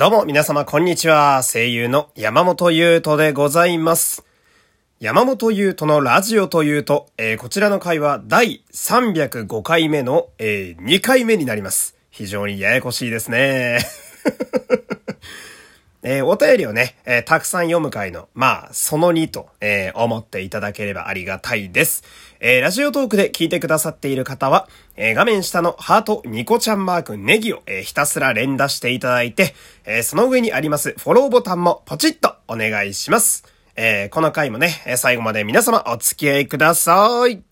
どうも皆様こんにちは。声優の山本優斗でございます。山本優斗のラジオというと、こちらの回は第305回目の、2回目になります。非常にややこしいですね。お便りをね、たくさん読む回の、その2と、思っていただければありがたいです。ラジオトークで聞いてくださっている方は、画面下のハートニコちゃんマークネギを、ひたすら連打していただいて、その上にありますフォローボタンもポチッとお願いします。この回もね、最後まで皆様お付き合いください。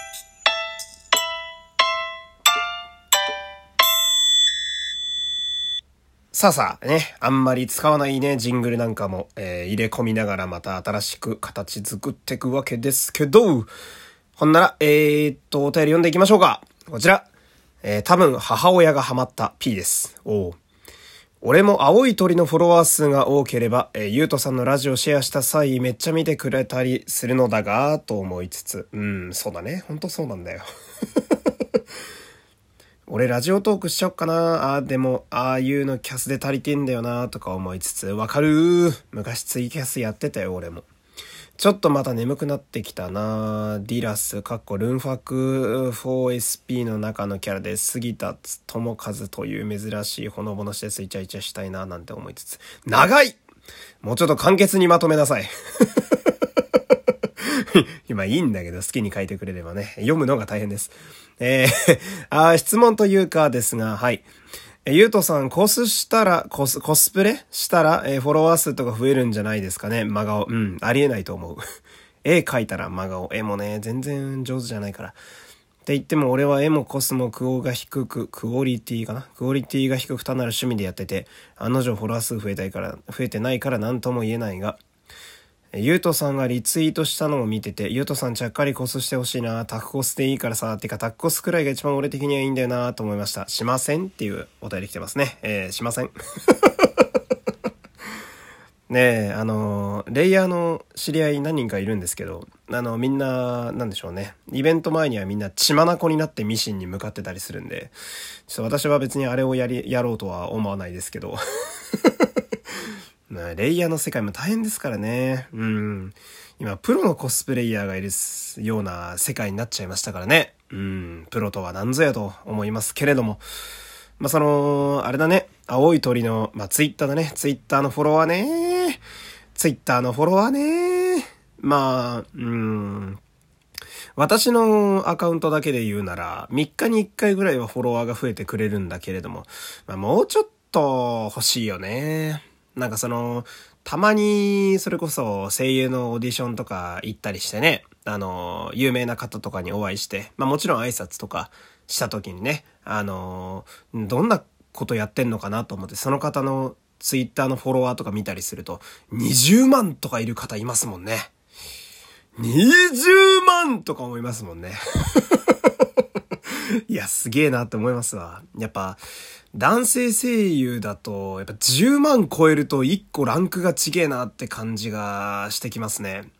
さあね、あんまり使わないね、ジングルなんかも、入れ込みながらまた新しく形作っていくわけですけど、ほんなら、お便り読んでいきましょうか。こちら。多分母親がハマった P です。俺も青い鳥のフォロワー数が多ければ、ゆうとさんのラジオシェアした際めっちゃ見てくれたりするのだが、と思いつつ。そうだね。ほんとそうなんだよ。俺ラジオトークしちゃおっかな。でも、ああいうのキャスで足りてんだよな、とか思いつつ、わかる。昔ツイキャスやってたよ、俺も。ちょっとまた眠くなってきたな。ディラス、ルンファク 4SP の中のキャラで杉田智和という珍しいほのぼのしてイチャイチャしたいな、なんて思いつつ。長い！もうちょっと簡潔にまとめなさい。今いいんだけど好きに書いてくれればね、読むのが大変です。質問というかですが、はい。ゆうとさん、コスプレしたら、フォロワー数とか増えるんじゃないですかね、真顔。ありえないと思う。絵描いたら真顔。絵もね、全然上手じゃないから。って言っても俺は絵もコスもクオリティが低く単なる趣味でやってて、案の定フォロワー数増えてないから何とも言えないが、ゆうとさんがリツイートしたのを見てて、ゆうとさんちゃっかりコスしてほしいな、タクコスでいいからさ、タクコスくらいが一番俺的にはいいんだよなと思いました。しませんっていうお便り来てますね。しません。ねえ、レイヤーの知り合い何人かいるんですけど、みんな、なんでしょうね。イベント前にはみんな血眼になってミシンに向かってたりするんで、ちょっと私は別にあれをやろうとは思わないですけど。レイヤーの世界も大変ですからね。今、プロのコスプレイヤーがいるような世界になっちゃいましたからね。プロとは何ぞやと思いますけれども。あれだね。青い鳥の、ツイッターだね。ツイッターのフォロワーね。私のアカウントだけで言うなら、3日に1回ぐらいはフォロワーが増えてくれるんだけれども、もうちょっと欲しいよね。たまに、それこそ声優のオーディションとか行ったりしてね、有名な方とかにお会いして、もちろん挨拶とかした時にね、どんなことやってんのかなと思って、その方のツイッターのフォロワーとか見たりすると、20万とかいる方いますもんね。20万とか思いますもんね。いや、すげえなって思いますわ。やっぱ、男性声優だと、やっぱ10万超えると1個ランクが違えなって感じがしてきますね。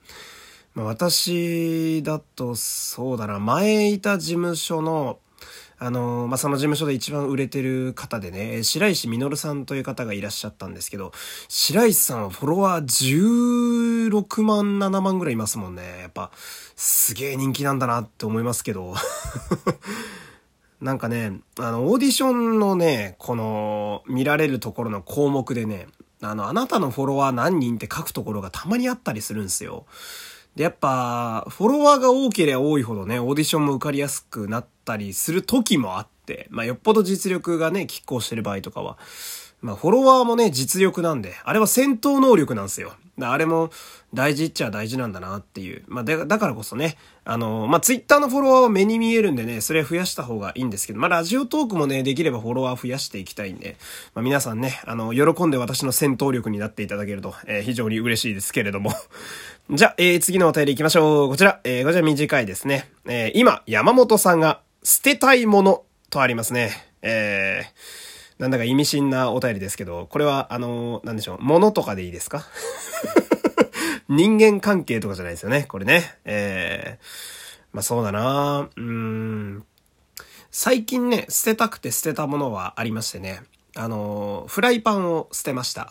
私だと、そうだな、前いた事務所の、その事務所で一番売れてる方でね、白石実さんという方がいらっしゃったんですけど、白石さんはフォロワー16万、7万ぐらいいますもんね。やっぱ、すげえ人気なんだなって思いますけど。なんかね、オーディションのね、この、見られるところの項目でね、あなたのフォロワー何人って書くところがたまにあったりするんですよ。で、やっぱ、フォロワーが多ければ多いほどね、オーディションも受かりやすくなったりする時もあって、よっぽど実力がね、拮抗してる場合とかは、フォロワーもね、実力なんで、あれは戦闘能力なんですよ。あれも大事っちゃ大事なんだなっていう。だからこそね、ツイッターのフォロワーは目に見えるんでね、それは増やした方がいいんですけど、ラジオトークもね、できればフォロワー増やしていきたいんで、皆さんね、喜んで私の戦闘力になっていただけると、非常に嬉しいですけれども。じゃあ、次のお便り行きましょう。こちら短いですね。今、山本さんが捨てたいものとありますね。なんだか意味深なお便りですけど、これは、なんでしょう、物とかでいいですか？人間関係とかじゃないですよね、これね。そうだな。最近ね、捨てたくて捨てたものはありましてね。 フライパンを捨てました。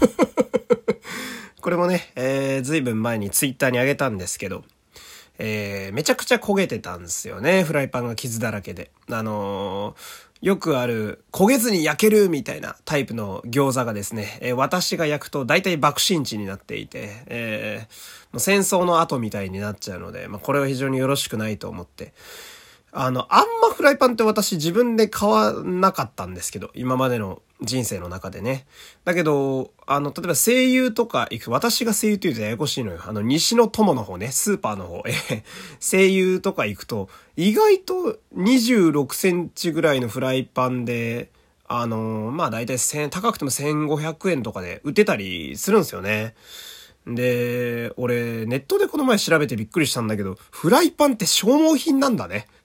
これもね、ずいぶん前にツイッターに上げたんですけど、めちゃくちゃ焦げてたんですよね。フライパンが傷だらけで。よくある焦げずに焼けるみたいなタイプの餃子がですね、私が焼くと大体爆心地になっていて、戦争の後みたいになっちゃうので、これは非常によろしくないと思って、あんまフライパンって私自分で買わなかったんですけど、今までの人生の中でね。だけど、例えば声優とか行く、私が声優って言うとややこしいのよ。西の友の方ね、スーパーの方、声優とか行くと、意外と26センチぐらいのフライパンで、だいたい高くても1500円とかで売ってたりするんですよね。で、俺、ネットでこの前調べてびっくりしたんだけど、フライパンって消耗品なんだね。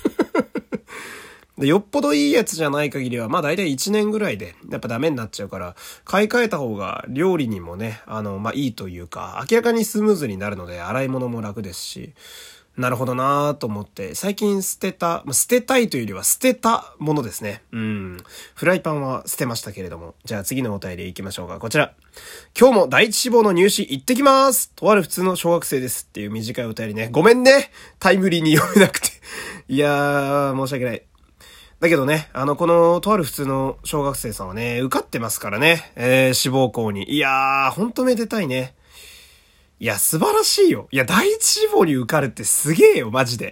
で、よっぽどいいやつじゃない限りは、だいたい1年ぐらいで、やっぱダメになっちゃうから、買い替えた方が料理にもね、いいというか、明らかにスムーズになるので、洗い物も楽ですし、なるほどなぁと思って、最近捨てたいというよりは捨てたものですね。フライパンは捨てましたけれども。じゃあ次のお便り行きましょうか。こちら。今日も第一志望の入試行ってきます。とある普通の小学生ですっていう短いお便りね。ごめんね。タイムリーに読めなくて。いやー、申し訳ない。だけどね、このとある普通の小学生さんはね、受かってますからね。志望校に。いやー、ほんとめでたいね。いや、素晴らしいよ。いや、第一志望に受かるってすげえよ、マジで。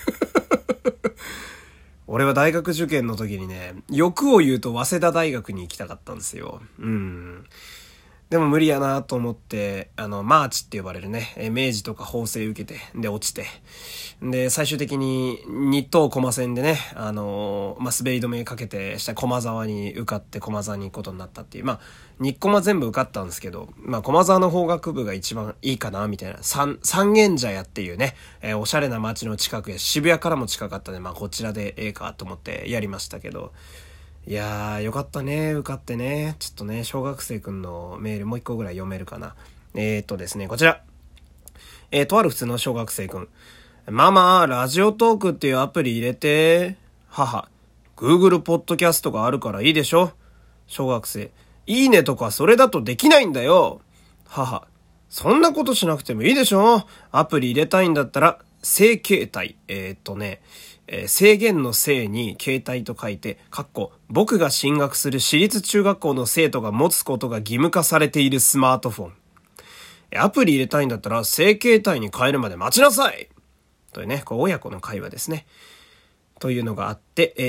俺は大学受験の時にね、欲を言うと早稲田大学に行きたかったんですよ。でも無理やなと思って、マーチって呼ばれるね、明治とか法政受けて、で、落ちて。で、最終的に日東駒線でね、滑り止めかけて、下駒沢に受かって駒沢に行くことになったっていう。日駒全部受かったんですけど、駒沢の法学部が一番いいかな、みたいな。三軒茶屋っていうね、おしゃれな街の近くや渋谷からも近かったんで、こちらでええかと思ってやりましたけど、いやー、よかったね、受かってね。ちょっとね、小学生くんのメールもう一個ぐらい読めるかな。ですね、こちら。とある普通の小学生くん。ママ、ラジオトークっていうアプリ入れて。母、Google ポッドキャストがあるからいいでしょ。小学生、いいねとかそれだとできないんだよ。母、そんなことしなくてもいいでしょ。アプリ入れたいんだったら、正形態。制限の制に形態と書いて、僕が進学する私立中学校の生徒が持つことが義務化されているスマートフォン。アプリ入れたいんだったら正形態に変えるまで待ちなさいというね、これ親子の会話ですね。というのがあって、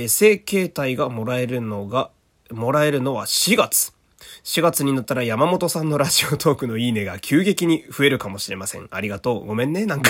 正形態がもらえるのは4月。4月になったら山本さんのラジオトークのいいねが急激に増えるかもしれません。ありがとう。ごめんね、なんか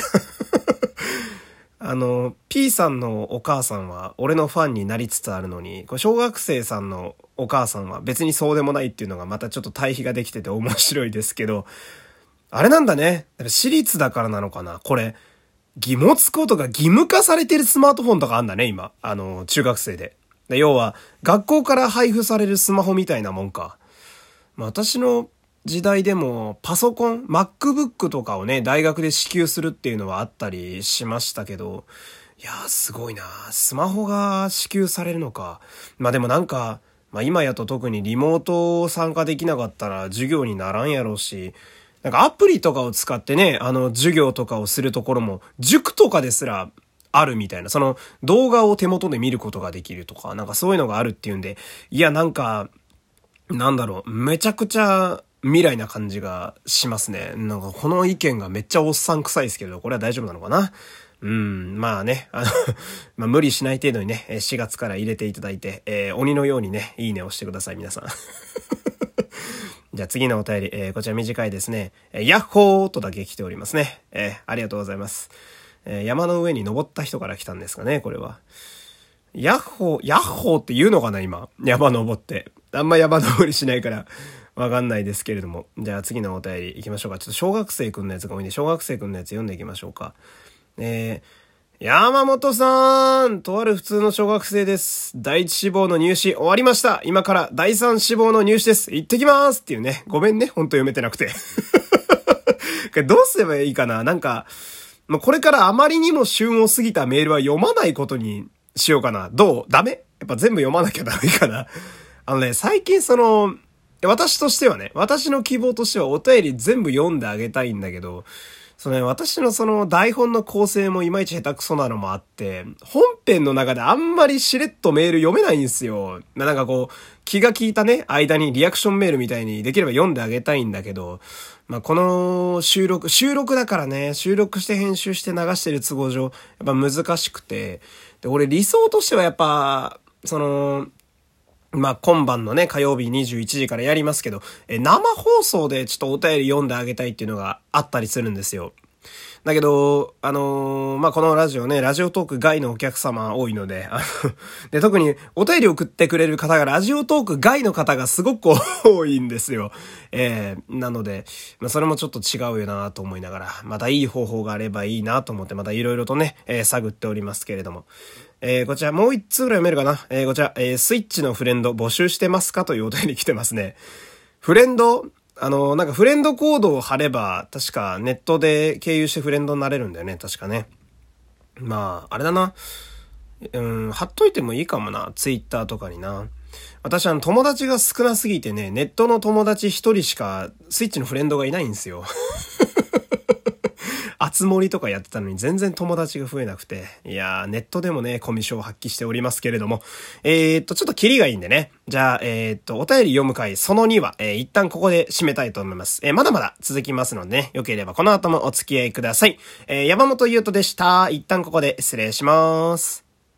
P さんのお母さんは俺のファンになりつつあるのに、小学生さんのお母さんは別にそうでもないっていうのがまたちょっと対比ができてて面白いですけど、あれなんだね。私立だからなのかな。これ、持つことが義務化されてるスマートフォンとかあんだね、今。中学生で。要は、学校から配布されるスマホみたいなもんか。私の時代でもパソコン、MacBook とかをね、大学で支給するっていうのはあったりしましたけど、いやーすごいな。スマホが支給されるのか。でもなんか、今やと特にリモート参加できなかったら授業にならんやろうし、なんかアプリとかを使ってね、授業とかをするところも、塾とかですらあるみたいな、その動画を手元で見ることができるとか、なんかそういうのがあるっていうんで、いやなんか、めちゃくちゃ未来な感じがしますね。なんかこの意見がめっちゃおっさん臭いですけど、これは大丈夫なのかな。無理しない程度にね、4月から入れていただいて、鬼のようにね、いいねをしてください、皆さん。じゃあ次のお便り、こちら短いですね。ヤッホーとだけ来ておりますね。ありがとうございます。山の上に登った人から来たんですかね、これは。ヤッホーって言うのかな、今。山登って。あんま山登りしないから、わかんないですけれども。じゃあ次のお便り行きましょうか。ちょっと小学生くんのやつが多いんで、小学生くんのやつ読んでいきましょうか。山本さん、とある普通の小学生です。第一志望の入試終わりました。今から第三志望の入試です。行ってきますっていうね。ごめんね、ほんと読めてなくて。どうすればいいかな。なんか、これからあまりにも旬を過ぎたメールは読まないことにしようかな。どう？ダメ？やっぱ全部読まなきゃダメかな。 最近私としてはね、私の希望としてはお便り全部読んであげたいんだけど、私の台本の構成もいまいち下手くそなのもあって、本編の中であんまりしれっとメール読めないんですよ。なんかこう、気が利いたね、間にリアクションメールみたいにできれば読んであげたいんだけど、この収録だからね、収録して編集して流してる都合上、やっぱ難しくて、で、俺理想としてはやっぱ、今晩のね、火曜日21時からやりますけど、生放送でちょっとお便り読んであげたいっていうのがあったりするんですよ。だけど、このラジオね、ラジオトーク外のお客様多いので、で、特にお便り送ってくれる方がラジオトーク外の方がすごく多いんですよ。なので、それもちょっと違うよなと思いながら、またいい方法があればいいなと思って、またいろいろとね、探っておりますけれども。こちらもう一通ぐらい読めるかな。こちら、スイッチのフレンド募集してますかというお便り来てますね。フレンドなんかフレンドコードを貼れば、確かネットで経由してフレンドになれるんだよね、確かね。あれだな。貼っといてもいいかもな、ツイッターとかにな。私友達が少なすぎてね、ネットの友達一人しかスイッチのフレンドがいないんですよ。あつ森とかやってたのに全然友達が増えなくて。いやー、ネットでもね、コミュ障を発揮しておりますけれども。ちょっとキリがいいんでね。じゃあ、お便り読む回その2は、一旦ここで締めたいと思います。まだまだ続きますのでね、よければこの後もお付き合いください。山本優斗でした。一旦ここで失礼します。